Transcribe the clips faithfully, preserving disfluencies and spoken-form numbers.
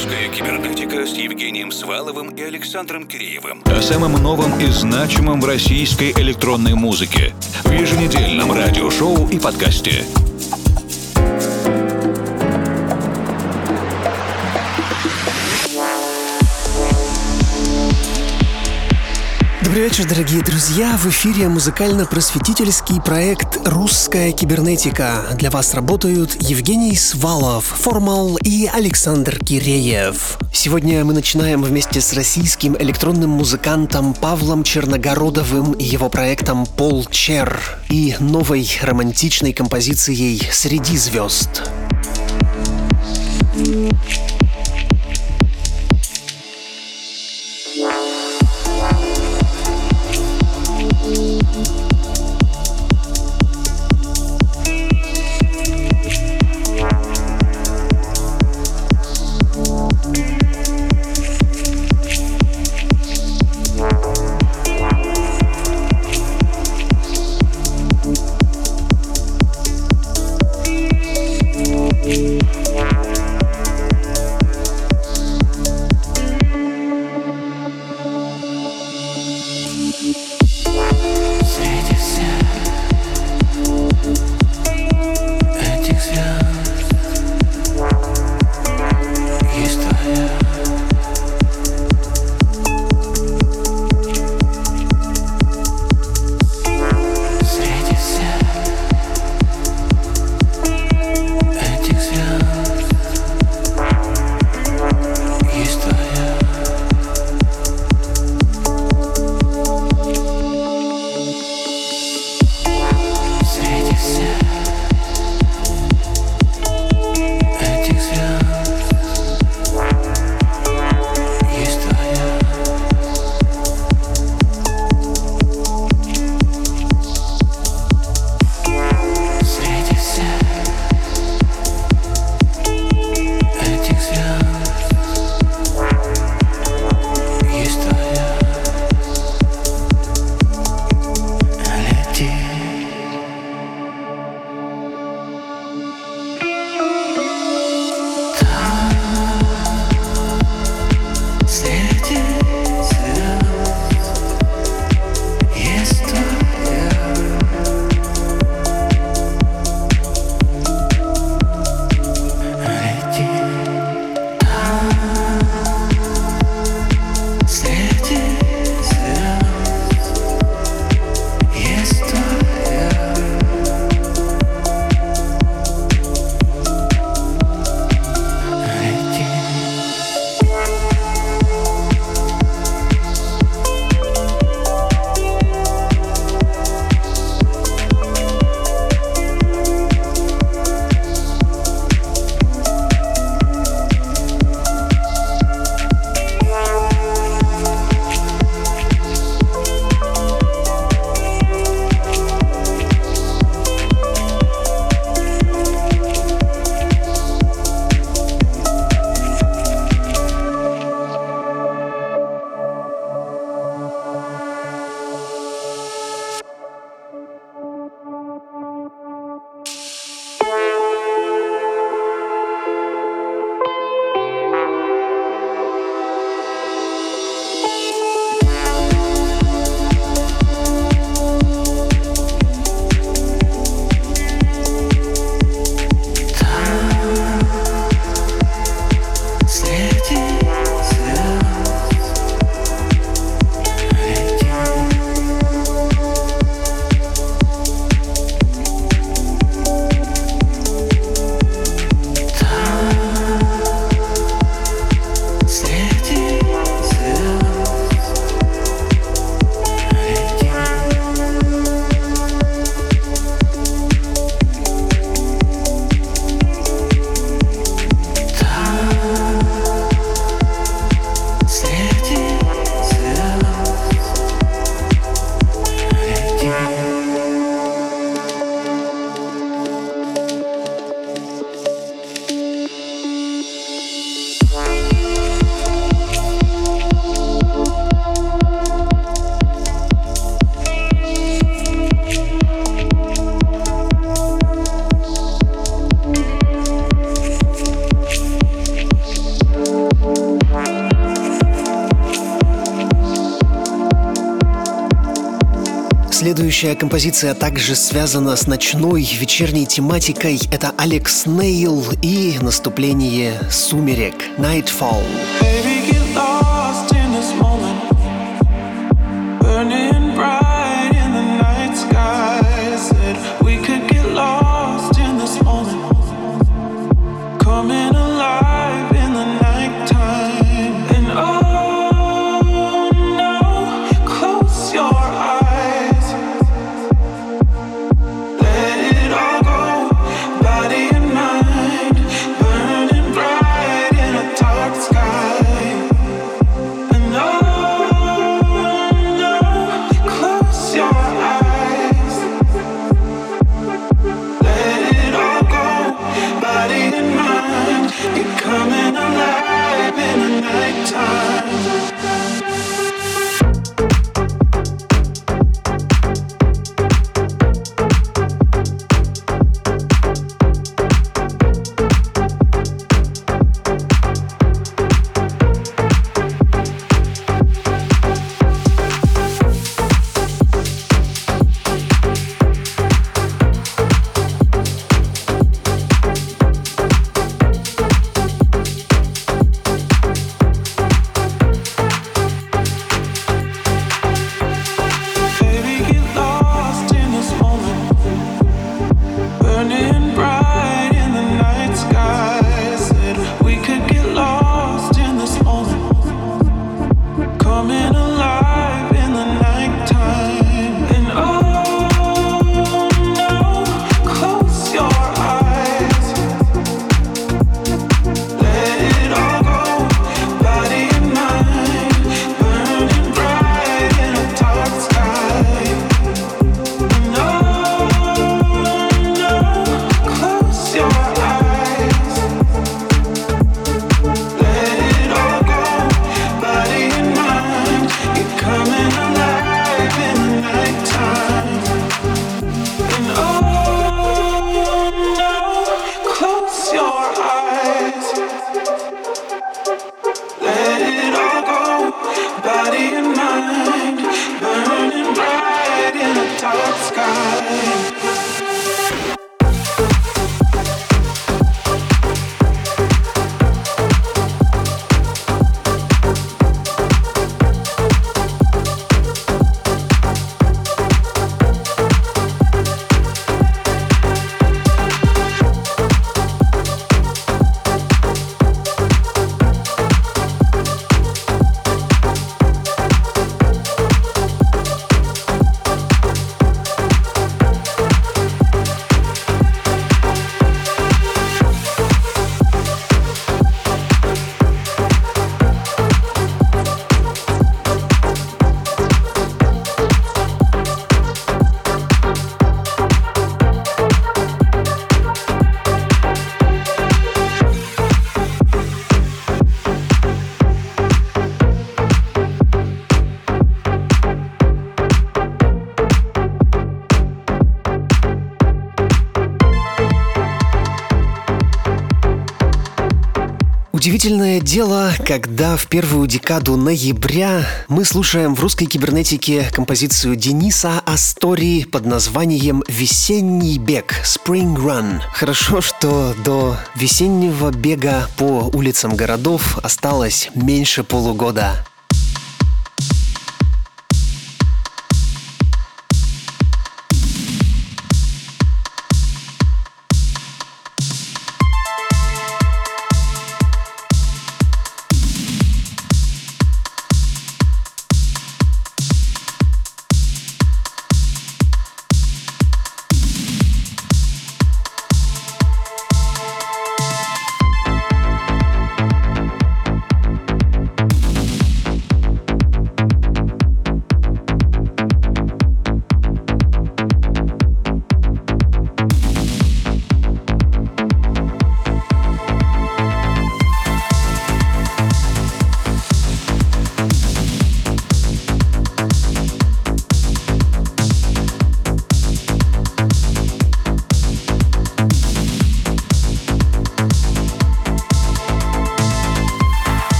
«Русская кибернетика» с Евгением Сваловым и Александром Киреевым. О самом новом и значимом в российской электронной музыке в еженедельном радиошоу и подкасте. Добрый вечер, дорогие друзья! В эфире музыкально-просветительский проект «Русская кибернетика». Для вас работают Евгений Свалов, Формал и Александр Киреев. Сегодня мы начинаем вместе с российским электронным музыкантом Павлом Черногородовым и его проектом «Полчер» и новой романтичной композицией «Среди звезд». Следующая композиция также связана с ночной вечерней тематикой. Это Алекс Нейл и наступление сумерек. Nightfall. Удивительное дело, когда в первую декаду ноября мы слушаем в русской кибернетике композицию Дениса Астори под названием «Весенний бег» (Spring Run). Хорошо, что до весеннего бега по улицам городов осталось меньше полугода.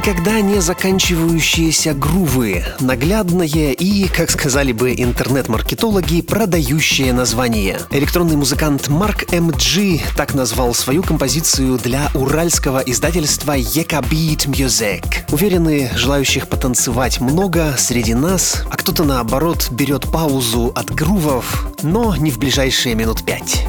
никогда не заканчивающиеся грувы, наглядное и, как сказали бы интернет-маркетологи, продающее название. Электронный музыкант Марк эм джи так назвал свою композицию для уральского издательства Ekabeat Music. Уверены, желающих потанцевать много среди нас, а кто-то наоборот берет паузу от грувов, но не в ближайшие минут пять.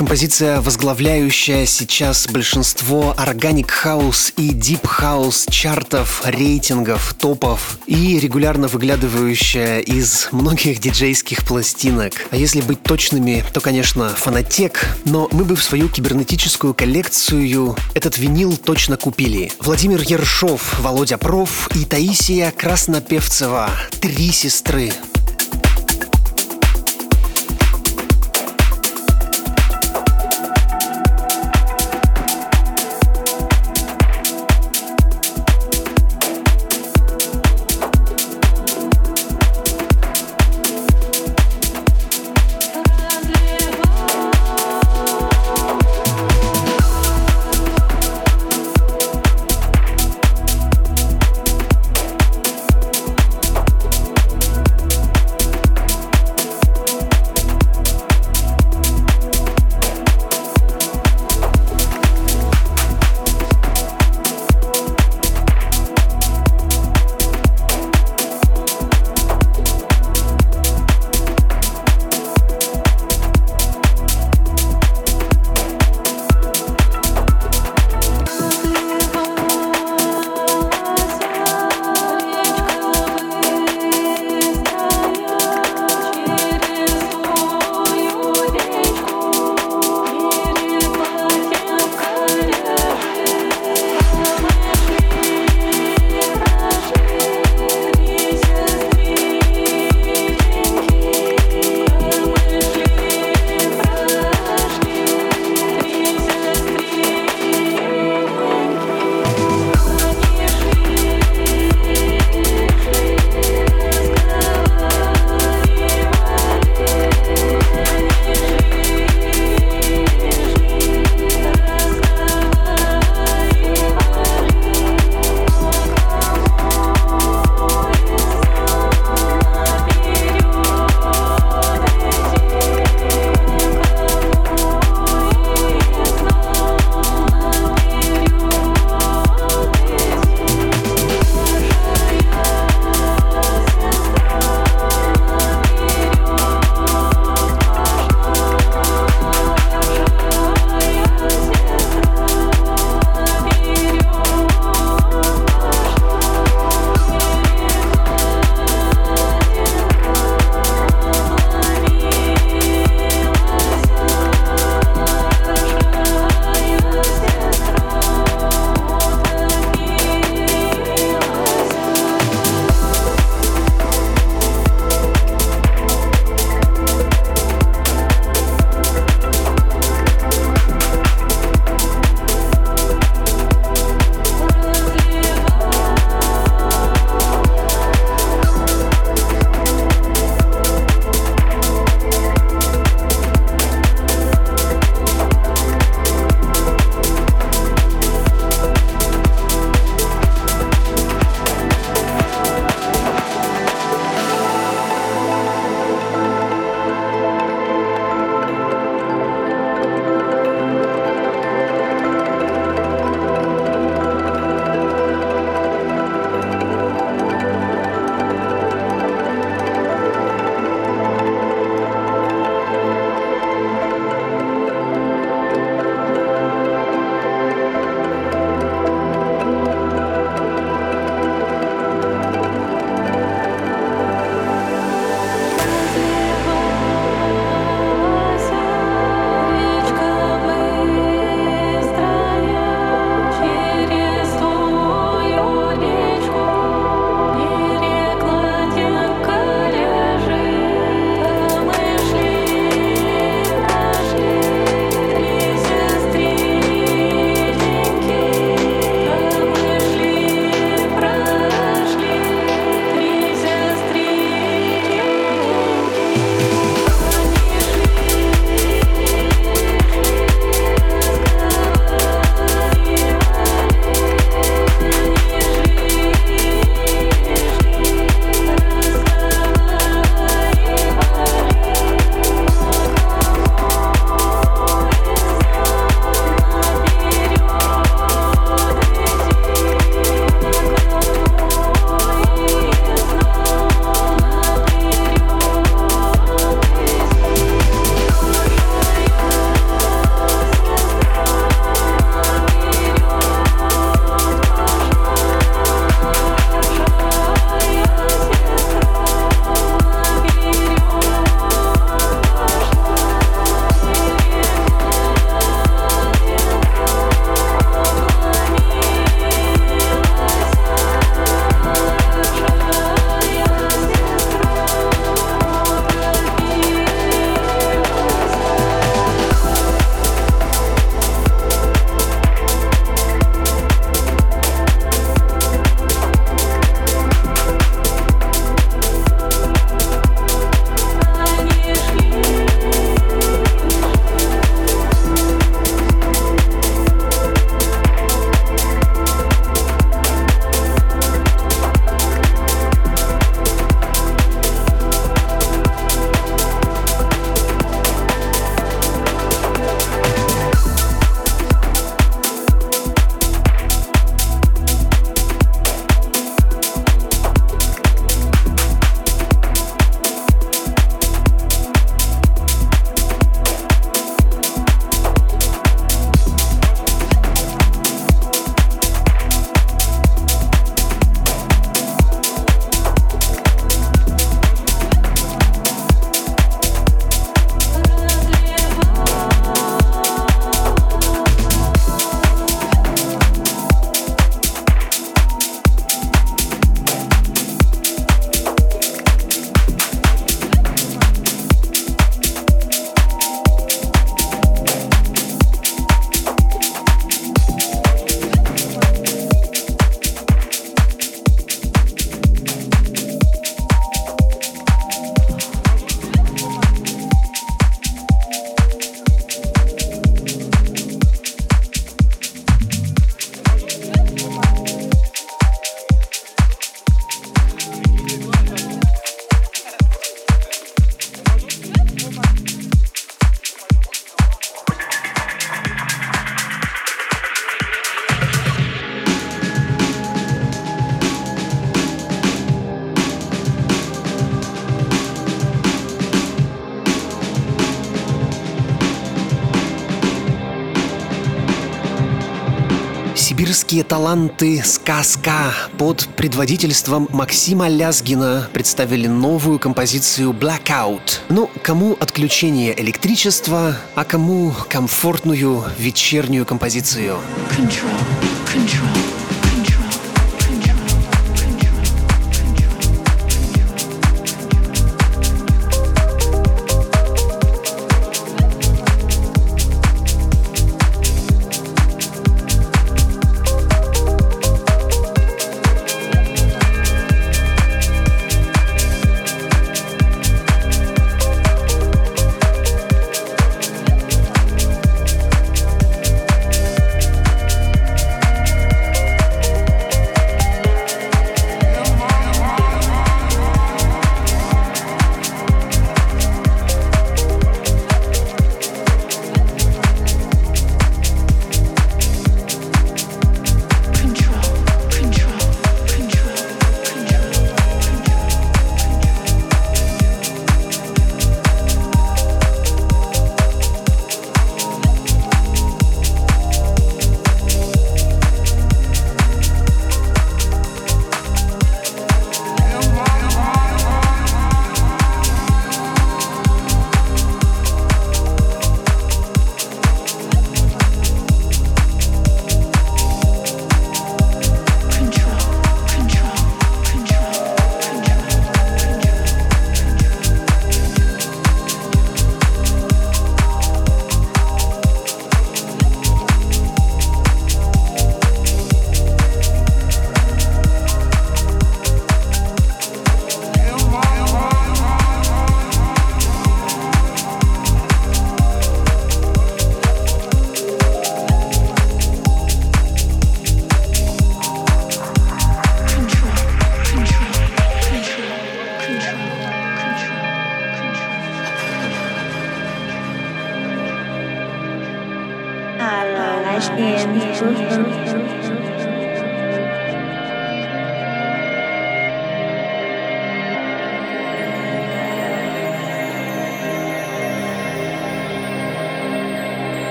Композиция, возглавляющая сейчас большинство Organic House и Deep House чартов, рейтингов, топов и регулярно выглядывающая из многих диджейских пластинок. А если быть точными, то, конечно, Фонотек, но мы бы в свою кибернетическую коллекцию этот винил точно купили. Владимир Ершов, Володя Проф и Таисия Краснопевцева. Три сестры. Сибирские таланты «Сказка» под предводительством Максима Лязгина представили новую композицию «Blackout». Ну, кому отключение электричества, а кому комфортную вечернюю композицию. Control, control.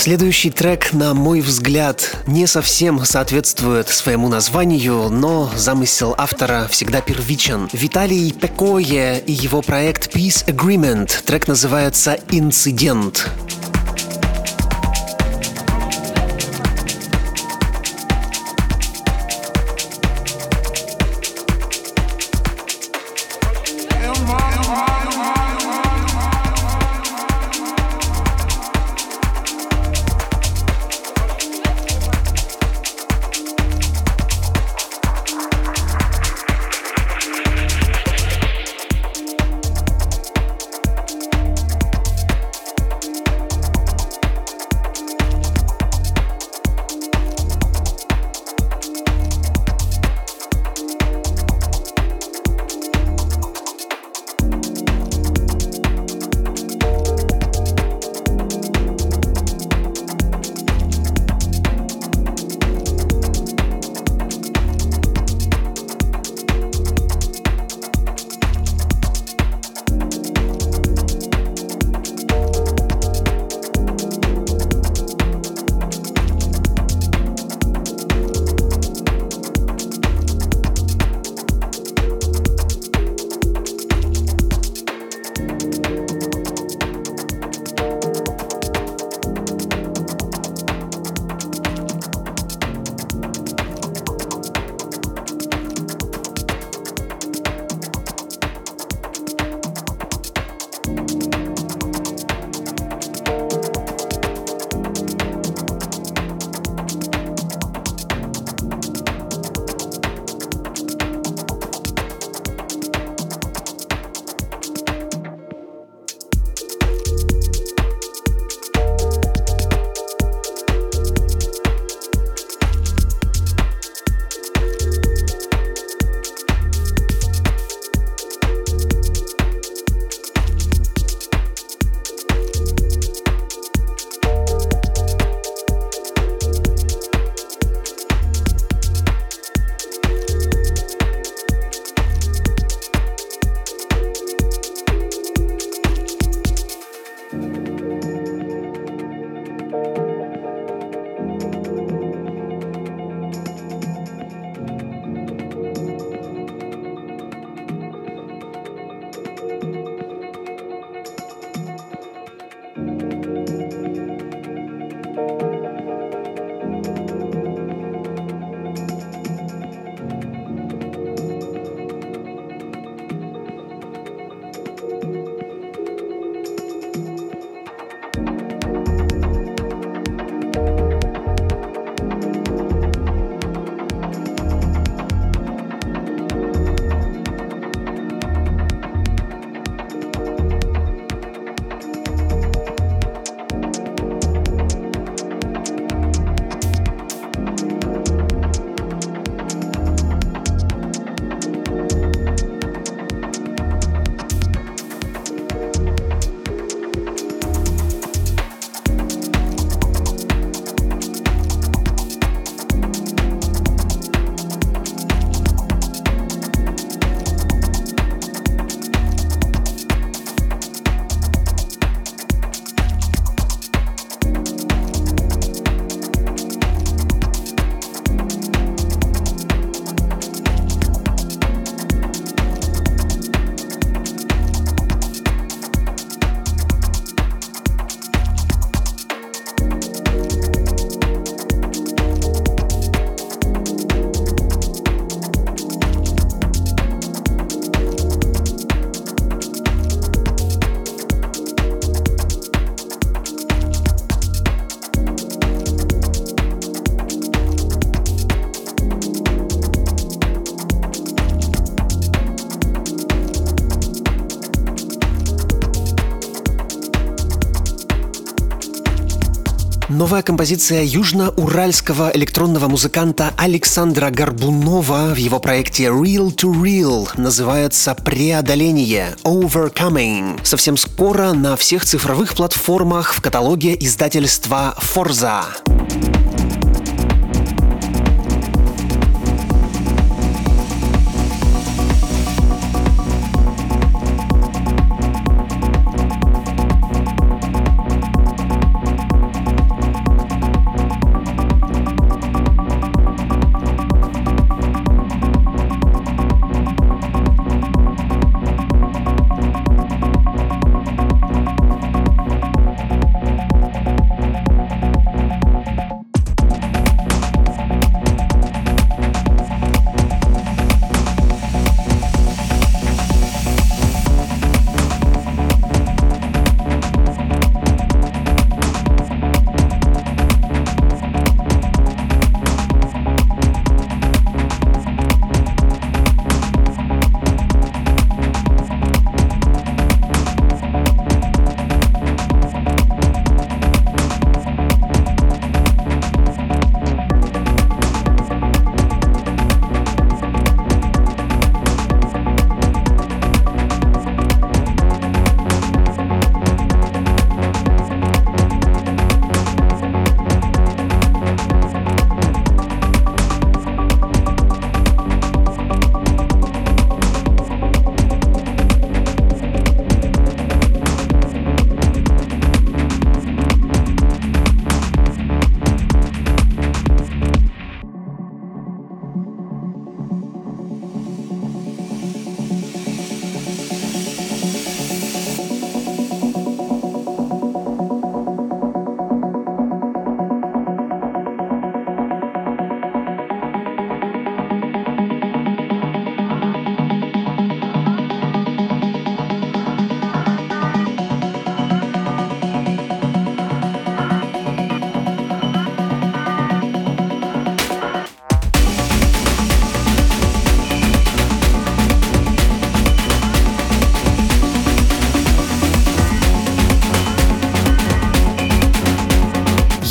Следующий трек, на мой взгляд, не совсем соответствует своему названию, но замысел автора всегда первичен. Виталий Пекое и его проект Peace Agreement. Трек называется «Инцидент». Новая композиция южноуральского электронного музыканта Александра Горбунова в его проекте Real to Real называется «Преодоление» Overcoming. Совсем скоро на всех цифровых платформах в каталоге издательства Forza.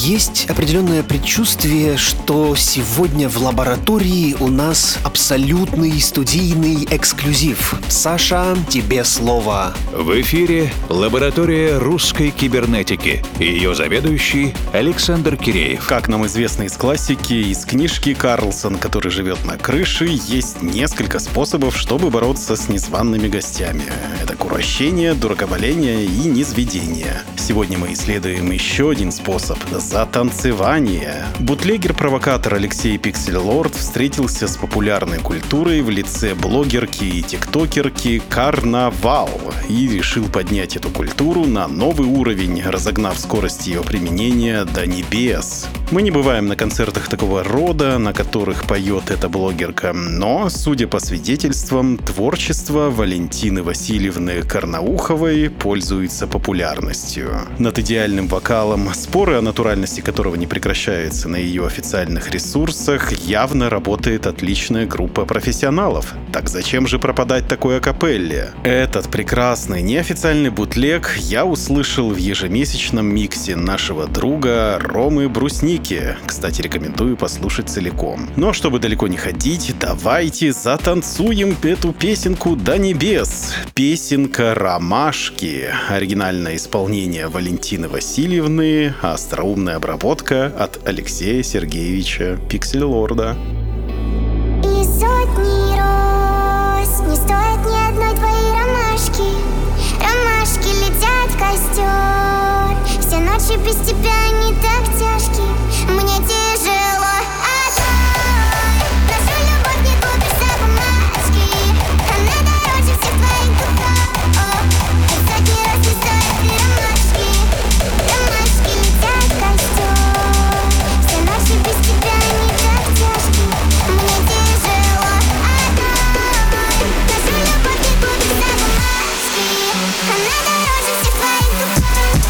есть определенное предчувствие, что сегодня в лаборатории у нас абсолютный студийный эксклюзив. Саша, тебе слово. В эфире лаборатория русской кибернетики и ее заведующий Александр Киреев. Как нам известно из классики, из книжки «Карлсон, который живет на крыше», есть несколько способов, чтобы бороться с незваными гостями. Это курощение, дураковаление и низведение. Сегодня мы исследуем еще один способ – затанцевание. Бутлегер-провокатор Алексей Пиксель-Лорд встретился с популярной культурой в лице блогерки и тиктокерки Карнавал и решил поднять эту культуру на новый уровень, разогнав скорость ее применения до небес. Мы не бываем на концертах такого рода, на которых поет эта блогерка, но, судя по свидетельствам, творчество Валентины Васильевны Карнауховой пользуется популярностью. Над идеальным вокалом, споры о натуральности которого не прекращаются на ее официальных ресурсах, явно работает отличная группа профессионалов. Так зачем же пропадать такой акапелле? Этот прекрасный неофициальный бутлег я услышал в ежемесячном миксе нашего друга Ромы Брусники. Кстати, рекомендую послушать целиком. Но чтобы далеко не ходить, давайте затанцуем эту песенку до небес. Песенка «Ромашки». Оригинальное исполнение Валентины Васильевны, а остроумная обработка от Алексея Сергеевича Пиксель-Лорда. И сотни роз не стоит ни одной твоей ромашки. Ромашки летят в костер. Все ночи без тебя не так тяжки. Мне тяжело одной. Нашу любовь не купишь за бумажки. Она дороже всех твоих духов. И сотни раз не стоит и ромашки. Ромашки летят в костер. Все ночи без тебя не так тяжки. Мне тяжело одной. Нашу любовь не купишь за бумажки. Она дороже всех твоих духов.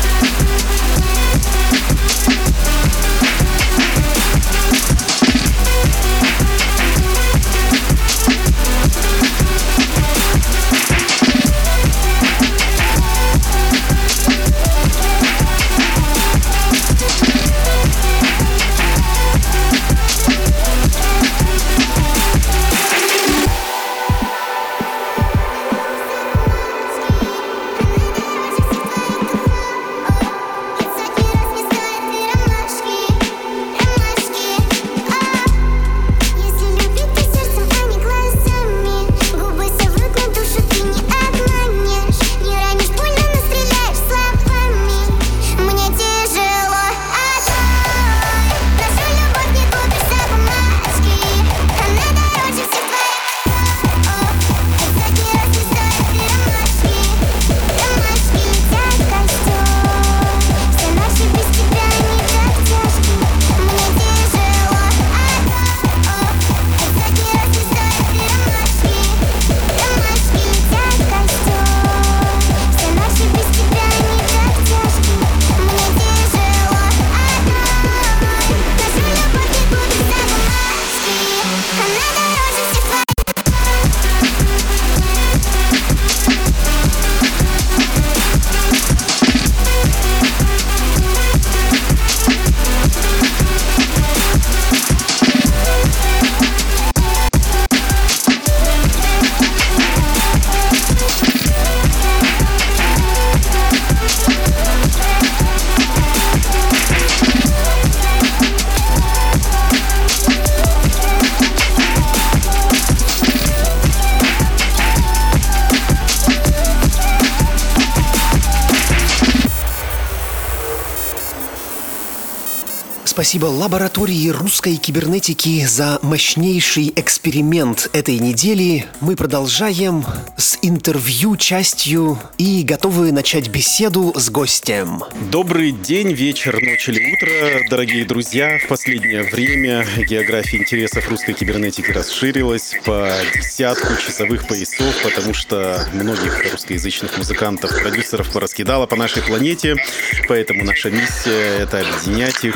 Спасибо лаборатории русской кибернетики за мощнейший эксперимент этой недели. Мы продолжаем с интервью частью и готовы начать беседу с гостем. Добрый день, вечер, ночь или утро, дорогие друзья. В последнее время география интересов русской кибернетики расширилась по десятку часовых поясов, потому что многих русскоязычных музыкантов, продюсеров пораскидало по нашей планете. Поэтому наша миссия — это объединять их, слушать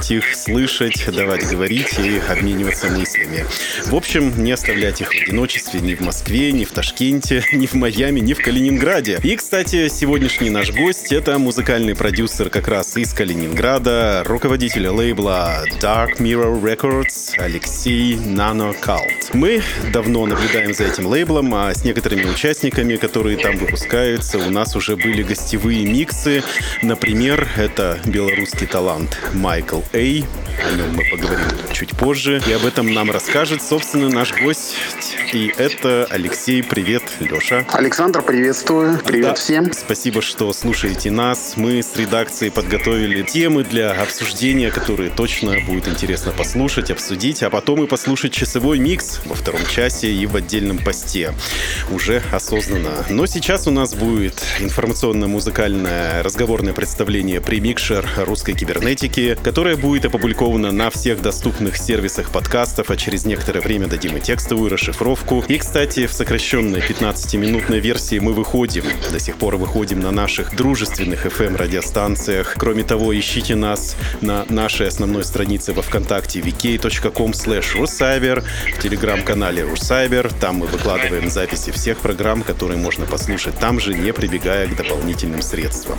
слушать их, слышать, давать говорить и обмениваться мыслями. В общем, не оставлять их в одиночестве ни в Москве, ни в Ташкенте, ни в Майами, ни в Калининграде. И, кстати, сегодняшний наш гость — это музыкальный продюсер как раз из Калининграда, руководитель лейбла Dark Mirror Records Алексей Nano Cult. Мы давно наблюдаем за этим лейблом, а с некоторыми участниками, которые там выпускаются, у нас уже были гостевые миксы. Например, это белорусский талант Майкл Эй. О нем мы поговорим чуть позже. И об этом нам расскажет, собственно, наш гость. И это Алексей. Привет, Леша. Александр, приветствую. Привет да. всем. Спасибо, что слушаете нас. Мы с редакцией подготовили темы для обсуждения, которые точно будет интересно послушать, обсудить, а потом и послушать часовой микс во втором часе и в отдельном посте. Уже осознанно. Но сейчас у нас будет информационно-музыкальное разговорное представление «Премикшер русской кибернетики», которое будет опубликовано на всех доступных сервисах подкастов, а через некоторое время дадим и текстовую расшифровку. И, кстати, в сокращенной пятнадцатиминутной версии мы выходим, до сих пор выходим на наших дружественных эф эм-радиостанциях. Кроме того, ищите нас на нашей основной странице во ВКонтакте ви кей точка ком слэш русайбер, в телеграм-канале Русайбер. Там мы выкладываем записи всех программ, которые можно послушать там же, не прибегая к дополнительным средствам.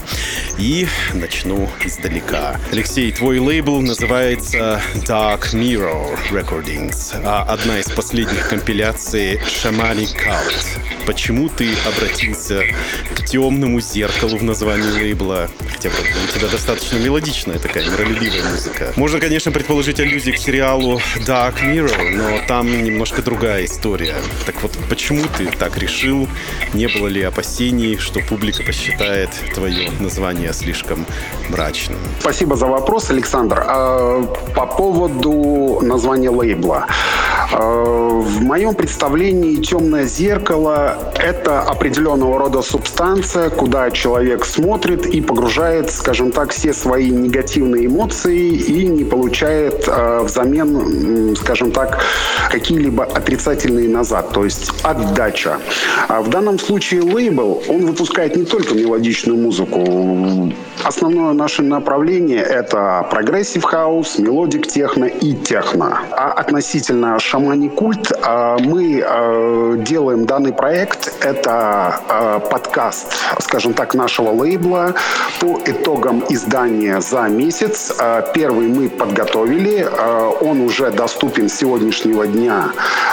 И начну издалека. Алексей, твой лейбл называется Dark Mirror Recordings, а одна из последних компиляций Shamanic Cult. Почему ты обратился к темному зеркалу в названии лейбла? Хотя бы у тебя достаточно мелодичная такая миролюбивая музыка. Можно, конечно, предположить аллюзии к сериалу Dark Mirror, но там немножко другая история. Так вот, почему ты так решил? Не было ли опасений, что публика посчитает твое название слишком мрачным? Спасибо за вопрос, Александр. По поводу названия лейбла. В моем представлении «Темное зеркало» — это определенного рода субстанция, куда человек смотрит и погружает, скажем так, все свои негативные эмоции и не получает э, взамен, скажем так, какие-либо отрицательные назад, то есть отдача. А в данном случае лейбл, он выпускает не только мелодичную музыку. Основное наше направление — это прогрессив хаус, мелодик техно и техно. А относительно Shamanic Cult мы делаем данный проект. Это подкаст, скажем так, нашего лейбла по итогам издания за месяц. Первый мы подготовили. Он уже доступен с сегодняшнего дня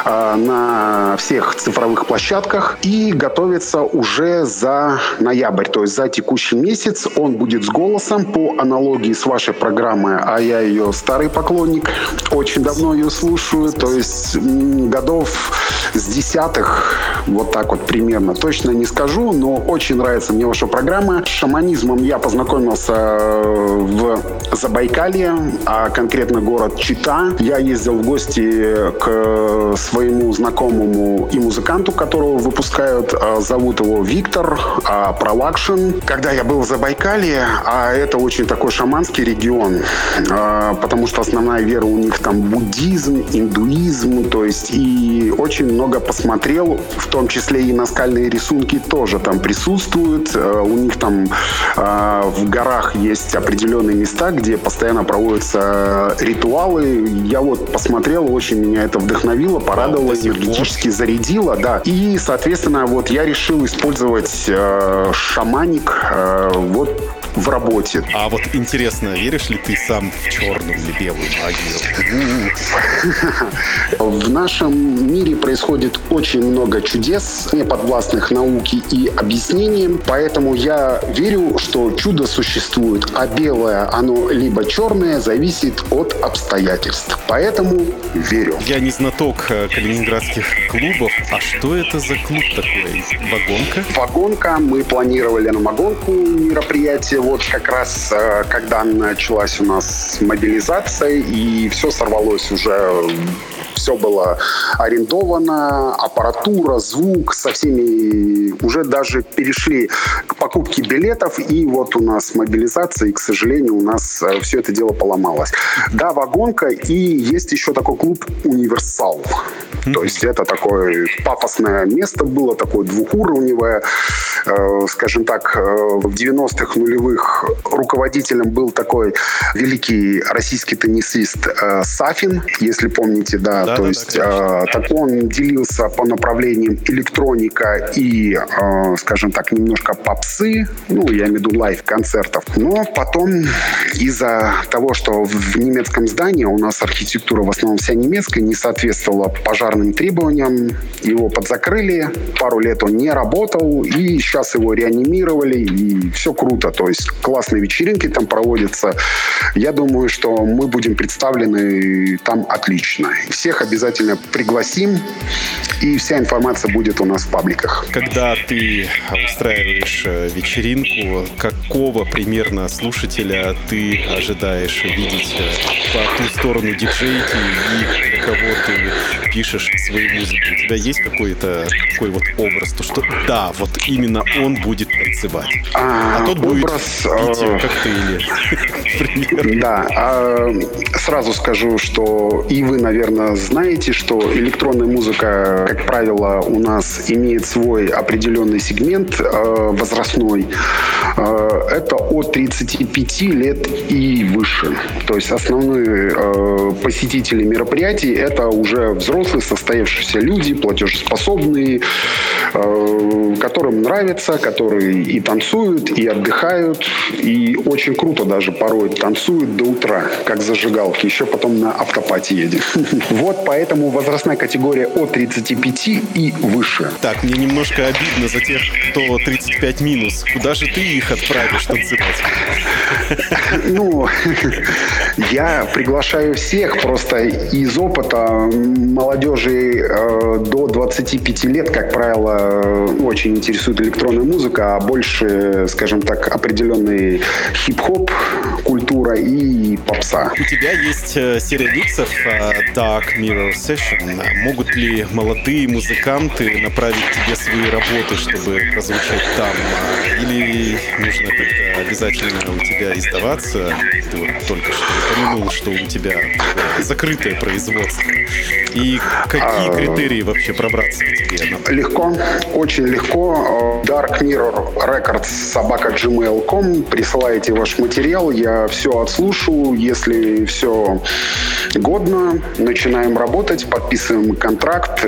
на всех цифровых площадках и готовится уже за ноябрь, то есть за текущий месяц. Он будет с голосом по аналогии с вашей программой, а я ее старый поклонник. Очень давно ее слушаю, то есть годов с десятых, вот так вот примерно. Точно не скажу, но очень нравится мне ваша программа. С шаманизмом я познакомился в Забайкалье, а конкретно город Чита. Я ездил в гости к своему знакомому и музыканту, которого выпускают. Зовут его Виктор Пролакшин. Когда я был в Забайкалье, а это очень такой шаманский регион, потому что основная вера у них там буддизм, индуизм, то есть и очень много посмотрел, в том числе и наскальные рисунки тоже там присутствуют. У них там в горах есть определенные места, где постоянно проводятся ритуалы. Я вот посмотрел, очень меня это вдохновило, порадовало, энергетически зарядило, да. И, соответственно, вот я решил использовать э, шаманик э, вот в работе. А вот интересно, веришь ли ты сам в черную или белую магию? В нашем мире происходит очень много чудес, не подвластных науке и объяснениям, поэтому я верю, что чудо существует, а белое, оно либо черное, зависит от обстоятельств. Поэтому верю. Я не знаток калининградских клубов. А что это за клуб такой? Вагонка? Вагонка. Мы планировали на вагонку мероприятие. Вот как раз, когда началась у нас мобилизация, и все сорвалось уже все было арендовано, аппаратура, звук, со всеми уже даже перешли к покупке билетов, и вот у нас мобилизация, и, к сожалению, у нас все это дело поломалось. Да, вагонка, и есть еще такой клуб «Универсал». Mm-hmm. То есть это такое пафосное место было, такое двухуровневое. Э, скажем так, э, в девяностых нулевых руководителем был такой великий российский теннисист э, Сафин, если помните, да. да То да, есть да, э, так он делился по направлениям электроника и, э, скажем так, немножко попсы, ну, я имею в виду лайв-концертов. Но потом из-за того, что в немецком здании у нас архитектура в основном вся немецкая, не соответствовала пожарным требованиям, его подзакрыли, пару лет он не работал, и сейчас его реанимировали, и все круто. То есть классные вечеринки там проводятся. Я думаю, что мы будем представлены там отлично. Всех обязательно пригласим, и вся информация будет у нас в пабликах. Когда ты устраиваешь вечеринку, какого примерно слушателя ты ожидаешь видеть по ту сторону диджейки и для кого ты пишешь свою музыку? У тебя есть какой-то такой вот образ, то что да, вот именно он будет танцевать, а, а тот образ, будет пить э... коктейли. Да, а сразу скажу, что и вы, наверное, знаете, что электронная музыка, как правило, у нас имеет свой определенный сегмент э, возрастной. Э, это от тридцати пяти лет и выше. То есть основные э, посетители мероприятий — это уже взрослые, состоявшиеся люди, платежеспособные, э, которым нравится, которые и танцуют, и отдыхают, и очень круто даже порой танцуют до утра, как зажигалки, еще потом на автопате едет. Вот поэтому возрастная категория от тридцати пяти и выше. Так, мне немножко обидно за тех, кто тридцать пять минус. Куда же ты их отправишь танцевать? Ну, я приглашаю всех просто из опыта молодежи э, до двадцати пяти лет, как правило, очень интересует электронная музыка, а больше, скажем так, определенный хип-хоп, культура и попса. У тебя есть серия миксов Dark Mirror Session. Могут ли молодые музыканты направить тебе свои работы, чтобы прозвучать там? Или нужно как-то обязательно у тебя издаваться? Ты вот только что упомянул, что у тебя закрытое производство. И какие критерии вообще пробраться к тебе? Легко, очень легко. Dark Mirror Records собака джи мейл точка ком. Присылаете ваш материал, я все отслушаю. Если все годно, начинаем работать, подписываем контракт.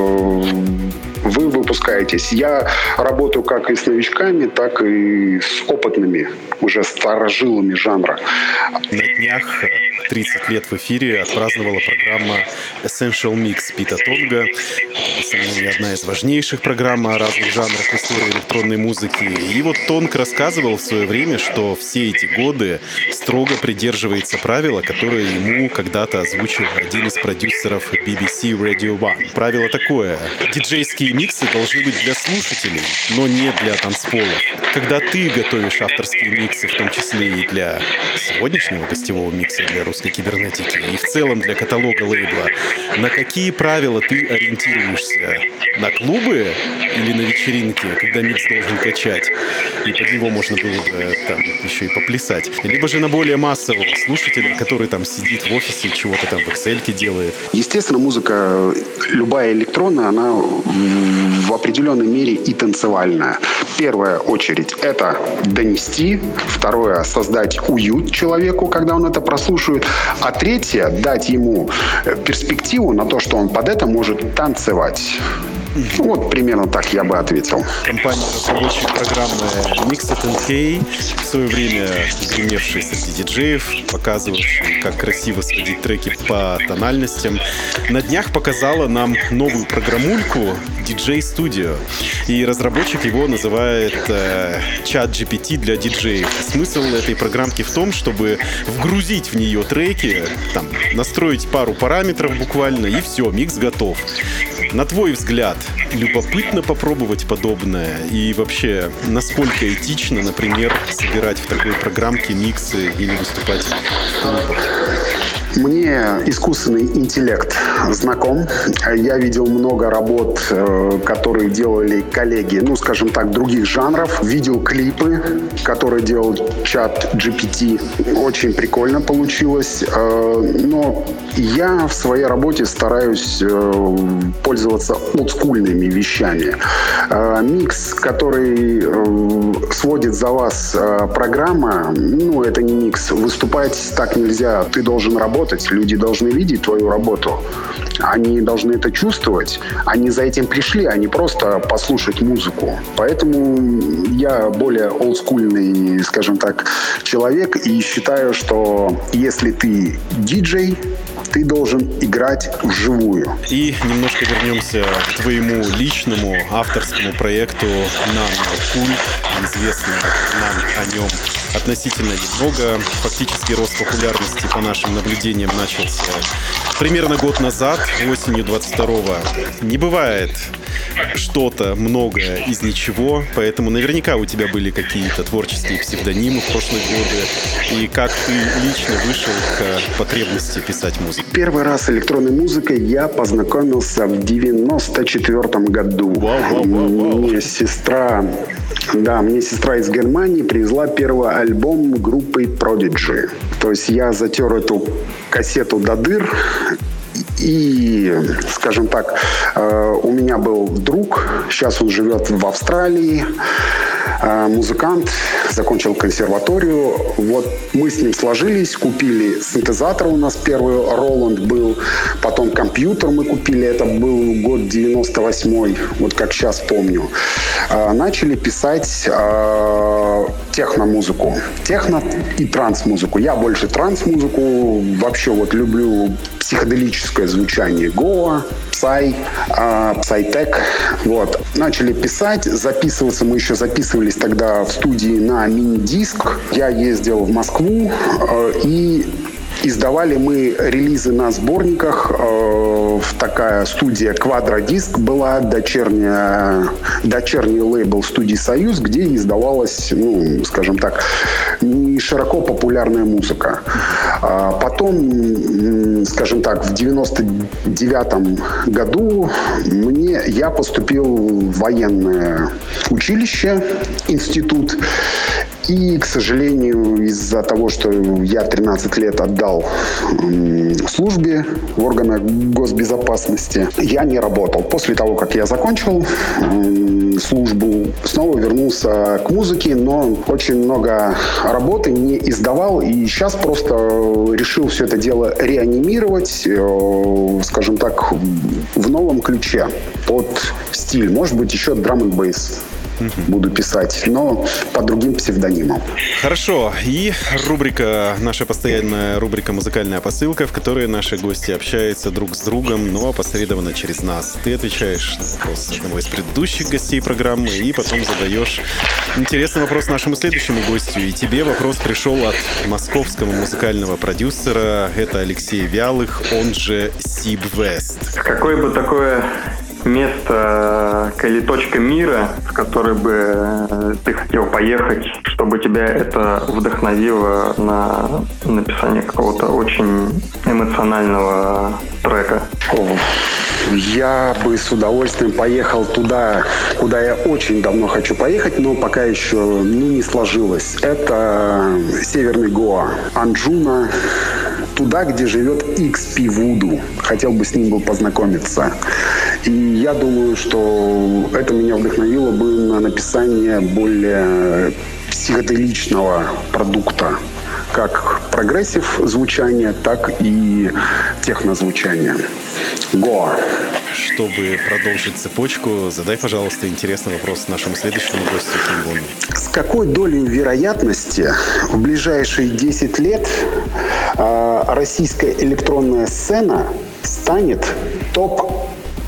Вы выпускаетесь. Я работаю как и с новичками, так и с опытными, уже старожилами жанра. На днях тридцать лет в эфире отпраздновала программа Essential Mix Пита Тонга. Это одна из важнейших программ о разных жанрах в истории электронной музыки. И вот Тонг рассказывал в свое время, что все эти годы строго придерживается правила, которое ему когда-то озвучил один из продюсеров би би си Radio One. Правило такое: диджейские миксы должны быть для слушателей, но не для танцполов. Когда ты готовишь авторские миксы, в том числе и для сегодняшнего гостевого микса для русской кибернетики, и в целом для каталога лейбла, на какие правила ты ориентируешься? На клубы или на вечеринки, когда микс должен качать, и под него можно было бы там еще и поплясать? Либо же на более массового слушателя, который там сидит в офисе и чего-то там в Excel-ке делает? Естественно, музыка, любая электронная, она в определенной мере и танцевальная. Первая очередь — это донести. Второе — создать уют человеку, когда он это прослушивает. А третье — дать ему перспективу на то, что он под это может танцевать. Вот примерно так я бы ответил. Компания разработчик программы Mixed энд Key, в свое время гремевшая среди диджеев, показывавшая, как красиво сводить треки по тональностям, на днях показала нам новую программульку ди джей Studio. И разработчик его называет э, чат джи пи ти для диджеев. Смысл этой программки в том, чтобы вгрузить в нее треки, там, настроить пару параметров буквально, и все, микс готов. На твой взгляд, любопытно попробовать подобное? И вообще, насколько этично, например, собирать в такой программке миксы или выступать в клубах? Мне искусственный интеллект знаком. Я видел много работ, которые делали коллеги, ну, скажем так, других жанров. Видел клипы, которые делал чат джи пи ти. Очень прикольно получилось. Но я в своей работе стараюсь пользоваться олдскульными вещами. Микс, который сводит за вас программа, ну, это не микс. Выступать так нельзя. Ты должен работать. Люди должны видеть твою работу. Они должны это чувствовать. Они за этим пришли, а не просто послушать музыку. Поэтому я более олдскульный, скажем так, человек. И считаю, что если ты диджей, ты должен играть вживую. И немножко вернемся к твоему личному авторскому проекту «Нано-Куль». Известно нам о нем относительно немного. Фактически рост популярности, по нашим наблюдениям, начался примерно год назад, осенью двадцать второго. Не бывает что-то многое из ничего, поэтому наверняка у тебя были какие-то творческие псевдонимы в прошлые годы. И как ты лично вышел к потребности писать музыку? Первый раз с электронной музыкой я познакомился в девяносто четвёртом году. Вау, вау, вау, вау. Мне сестра, да, мне сестра из Германии привезла первый альбом группы Prodigy. То есть я затер эту кассету до дыр. И, скажем так, у меня был друг, сейчас он живет в Австралии, музыкант, закончил консерваторию. Вот мы с ним сложились, купили синтезатор, у нас первый Roland был, потом компьютер мы купили, это был год девяносто восьмой, вот как сейчас помню. Начали писать техно-музыку, техно и транс-музыку. Я больше транс-музыку, вообще вот люблю психоделическое звучание Гоа, Псай, Псайтек. Вот. Начали писать, записываться. Мы еще записывались тогда в студии на мини-диск. Я ездил в Москву и издавали мы релизы на сборниках. Такая студия «Квадродиск» была, дочерняя, дочерний лейбл студии «Союз», где издавалась, ну, скажем так, не широко популярная музыка. Потом, скажем так, в девяносто девятом году мне, я поступил в военное училище, институт. И, к сожалению, из-за того, что я тринадцать лет отдал службе в органах госбезопасности, я не работал. После того, как я закончил службу, снова вернулся к музыке, но очень много работы не издавал. И сейчас просто решил все это дело реанимировать, скажем так, в новом ключе, под стиль. Может быть, еще драм-н-бейс. Буду писать, но под другим псевдонимом. Хорошо. И рубрика, наша постоянная рубрика «Музыкальная посылка», в которой наши гости общаются друг с другом, но опосредованно через нас. Ты отвечаешь на вопрос одного из предыдущих гостей программы и потом задаешь интересный вопрос нашему следующему гостю. И тебе вопрос пришел от московского музыкального продюсера. Это Алексей Вялых, он же Сиб Вест. Какое бы такое место или точка мира, в которой бы ты хотел поехать, чтобы тебя это вдохновило на написание какого-то очень эмоционального трека? Я бы с удовольствием поехал туда, куда я очень давно хочу поехать, но пока еще ну, не сложилось. Это Северный Гоа, Анджуна, туда, где живет икс пи Voodoo. Хотел бы с ним бы познакомиться. И я думаю, что это меня вдохновило бы на написание более психоделичного продукта. Как прогрессив звучание, так и технозвучание. Гоа. Чтобы продолжить цепочку, задай, пожалуйста, интересный вопрос нашему следующему гостю. С какой долей вероятности в ближайшие десять лет э, российская электронная сцена станет топ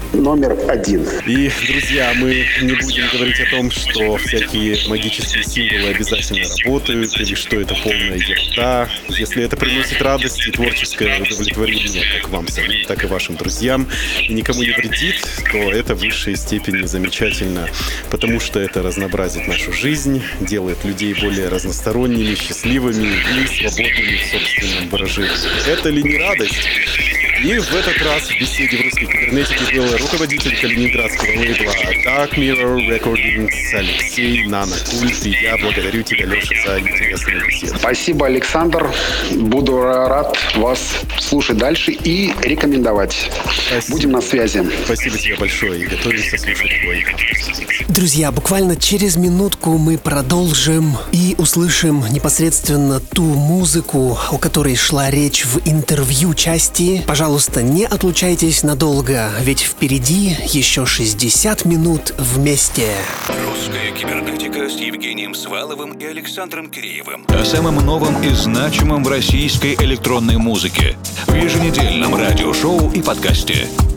номер один. И, друзья, мы не будем говорить о том, что всякие магические символы обязательно работают, или что это полная ерунда. Если это приносит радость и творческое удовлетворение как вам самим, так и вашим друзьям, и никому не вредит, то это в высшей степени замечательно, потому что это разнообразит нашу жизнь, делает людей более разносторонними, счастливыми и свободными в собственном выражении. Это ли не радость? И в этот раз в беседе в русской кибернетике был руководитель калининградского лейбла Dark Mirror Recordings Алексей Нанокульт. И я благодарю тебя, Леша, за интересную беседу. Спасибо, Александр. Буду рад вас слушать дальше и рекомендовать. Спасибо. Будем на связи. Спасибо тебе большое и готовимся слушать твой. Друзья, буквально через минутку мы продолжим и услышим непосредственно ту музыку, о которой шла речь в интервью части. Пожалуйста, не отлучайтесь надолго, ведь впереди еще шестьдесят минут вместе. Русская кибернетика с Евгением Сваловым и Александром Киреевым. О самом новом и значимом в российской электронной музыке в еженедельном радиошоу и подкасте.